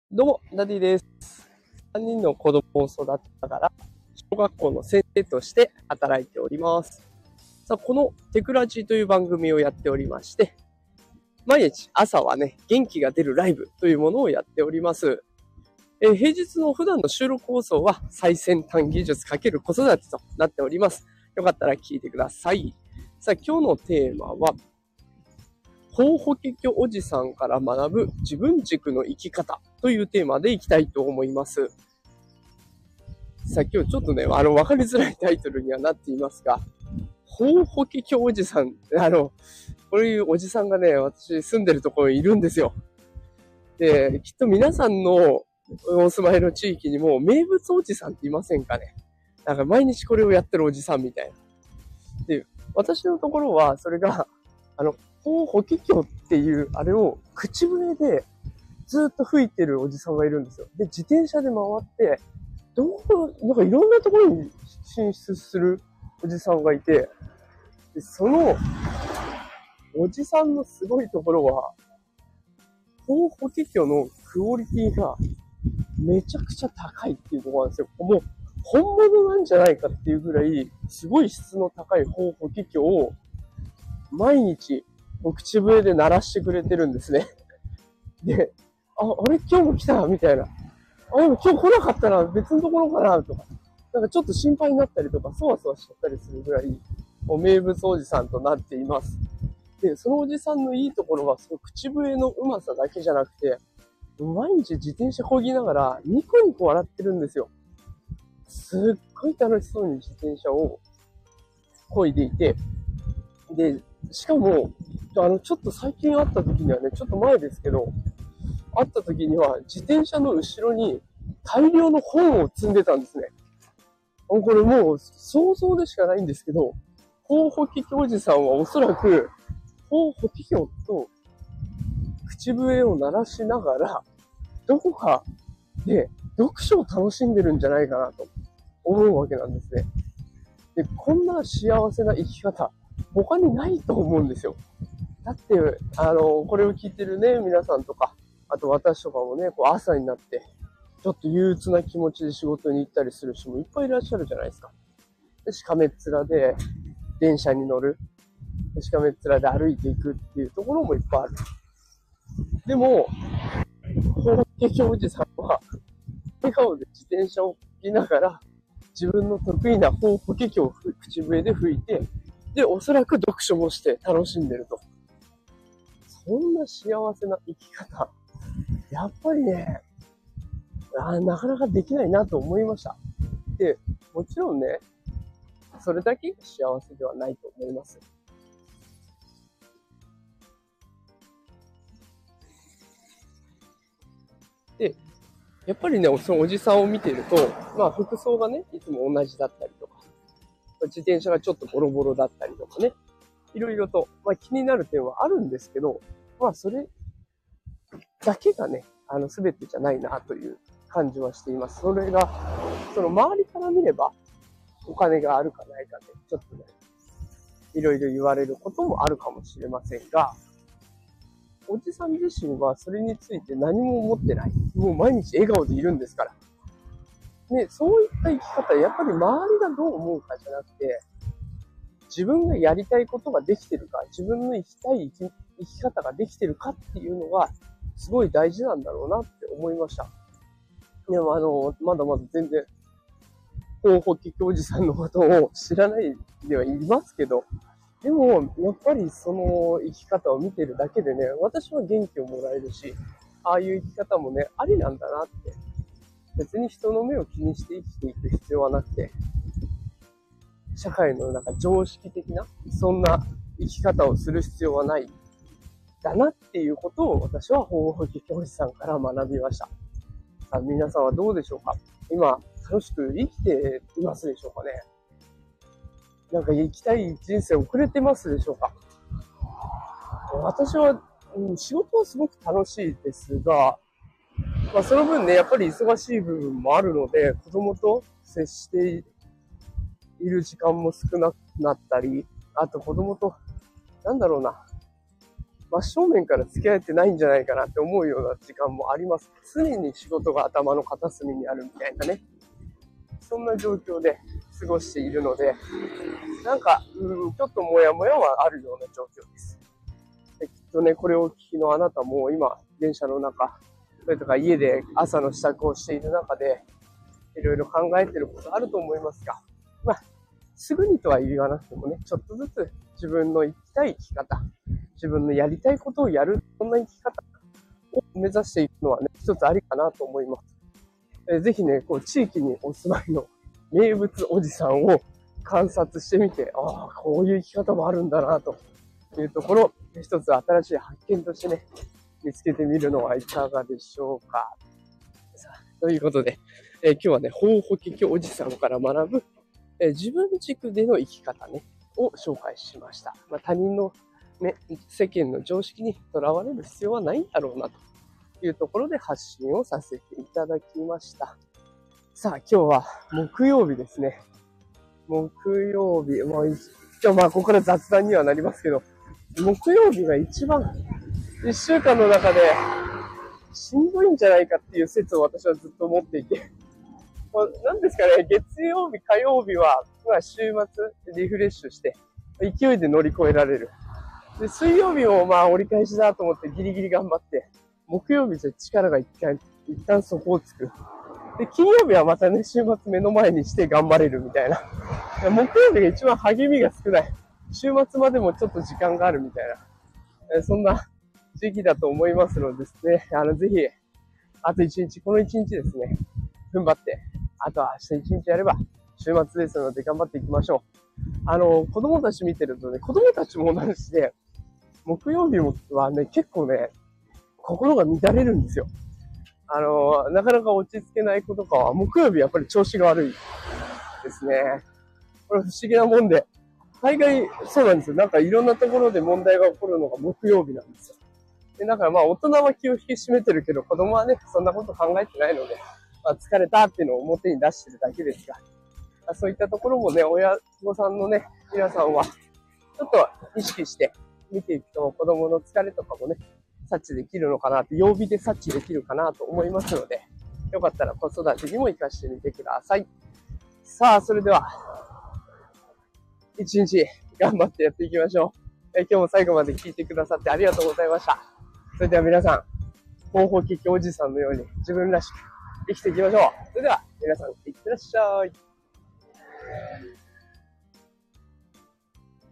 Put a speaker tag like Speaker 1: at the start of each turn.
Speaker 1: どうも、ダディです。3人の子供を育てながら、小学校の先生として働いております。さあ、このテクラジという番組をやっておりまして、毎日朝はね、元気が出るライブというものをやっております。平日の普段の収録放送は最先端技術×子育てとなっております。よかったら聞いてください。さあ、今日のテーマは、候補結局おじさんから学ぶ自分軸の生き方というテーマでいきたいと思います。さあ今日ちょっとね、わかりづらいタイトルにはなっていますが、候補結局おじさん、こういうおじさんがね、私住んでるところにいるんですよ。で、きっと皆さんのお住まいの地域にも名物おじさんっていませんかね。なんか毎日これをやってるおじさんみたいな。で、私のところはそれが、候補結局っていうあれを口笛でずっと吹いてるおじさんがいるんですよ。で、自転車で回って、なんかいろんなところに進出するおじさんがいて、でそのおじさんのすごいところは、候補結局のクオリティがめちゃくちゃ高いっていうところなんですよ。もう本物なんじゃないかっていうぐらい、すごい質の高い候補結局を毎日口笛で鳴らしてくれてるんですね。で、あれ今日も来たみたいな。でも今日来なかったら別のところかなとか、なんかちょっと心配になったりとか、そわそわしちゃったりするぐらい、名物おじさんとなっています。で、そのおじさんのいいところは、その口笛のうまさだけじゃなくて、毎日自転車漕ぎながらニコニコ笑ってるんですよ。すっごい楽しそうに自転車を漕いでいて、で、しかも、ちょっと最近会った時にはね、ちょっと前ですけど、会った時には自転車の後ろに大量の本を積んでたんですね。これもう想像でしかないんですけど、候補記おじさんはおそらく候補記と口笛を鳴らしながら、どこかで読書を楽しんでるんじゃないかなと思うわけなんですね。で、こんな幸せな生き方、他にないと思うんですよ。だって、これを聞いてるね、皆さんとか、あと私とかもね、朝になって、ちょっと憂鬱な気持ちで仕事に行ったりする人もいっぱいいらっしゃるじゃないですか。で、しかめっ面で電車に乗る。しかめっ面で歩いていくっていうところもいっぱいある。でも、法華おじさんは、笑顔で自転車を吹きながら、自分の得意な法華を口笛で吹いて、で、おそらく読書もして楽しんでると。そんな幸せな生き方、やっぱりね、なかなかできないなと思いました。で、もちろんね、それだけが幸せではないと思います。で、やっぱりね、そのおじさんを見ていると、服装がね、いつも同じだったりとか、自転車がちょっとボロボロだったりとかね、いろいろと、気になる点はあるんですけど、それだけがね、全てじゃないなという感じはしています。それが、その周りから見れば、お金があるかないかで、ちょっとね、いろいろ言われることもあるかもしれませんが、おじさん自身はそれについて何も思ってない。もう毎日笑顔でいるんですから。ね、そういった生き方、やっぱり周りがどう思うかじゃなくて、自分がやりたいことができてるか、自分の生きたい生き方ができてるかっていうのが、すごい大事なんだろうなって思いました。でもまだまだ全然、候補結局おじさんのことを知らないではいますけど、でも、やっぱりその生き方を見てるだけでね、私は元気をもらえるし、ああいう生き方もね、ありなんだなって。別に人の目を気にして生きていく必要はなくて、社会のなんか常識的な、そんな生き方をする必要はない。だなっていうことを私は候補結局おじさんから学びました。さあ、皆さんはどうでしょうか？今、楽しく生きていますでしょうかね？なんか生きたい人生遅れてますでしょうか？私は、仕事はすごく楽しいですが、その分ね、やっぱり忙しい部分もあるので、子供と接している時間も少なくなったり、あと子供と、なんだろうな、 真正面から付き合えてないんじゃないかなって思うような時間もあります。常に仕事が頭の片隅にあるみたいなね。そんな状況で過ごしているので、なんか、ちょっとモヤモヤはあるような状況です。できっとね、これをお聞きのあなたも今、電車の中、それとか家で朝の支度をしている中で、いろいろ考えていることあると思いますが、まあ、すぐにとは言わなくてもね、ちょっとずつ自分の生きたい生き方、自分のやりたいことをやる、そんな生き方を目指していくのはね、一つありかなと思います。ぜひね、こう、地域にお住まいの名物おじさんを観察してみて、ああ、こういう生き方もあるんだな、というところ、一つ新しい発見としてね、見つけてみるのはいかがでしょうか。さあ、ということで、今日はね、法法華経おじさんから学ぶ、自分軸での生き方ね、を紹介しました。他人のね、世間の常識にとらわれる必要はないんだろうな、というところで発信をさせていただきました。さあ、今日は木曜日ですね。木曜日、今日ここから雑談にはなりますけど、木曜日が一番、一週間の中で、しんどいんじゃないかっていう説を私はずっと思っていて、なんですかね、月曜日、火曜日は、週末リフレッシュして、勢いで乗り越えられる。で、水曜日も折り返しだと思ってギリギリ頑張って、木曜日じゃ力が一旦底をつく。で、金曜日はまたね、週末目の前にして頑張れるみたいな。木曜日が一番励みが少ない。週末までもちょっと時間があるみたいな。そんな時期だと思いますのでですね、ぜひ、あと一日、この一日ですね、踏ん張って、あとは明日一日やれば、週末ですので頑張っていきましょう。子供たち見てるとね、子供たちも同じで、木曜日はね、結構ね、心が乱れるんですよ。なかなか落ち着けない子とかは、木曜日やっぱり調子が悪いですね。これ不思議なもんで、大概そうなんですよ。なんかいろんなところで問題が起こるのが木曜日なんですよ。で、だから大人は気を引き締めてるけど、子供はね、そんなこと考えてないので、疲れたっていうのを表に出してるだけですが、そういったところもね、親御さんのね、皆さんは、ちょっと意識して見ていくと、子供の疲れとかもね、察知できるのかなって、曜日で察知できるかなと思いますので、よかったら子育てにも活かしてみてください。さあ、それでは、一日頑張ってやっていきましょう。今日も最後まで聞いてくださってありがとうございました。それでは皆さん、法法華経おじさんのように自分らしく生きていきましょう。それでは皆さん、いってらっしゃい。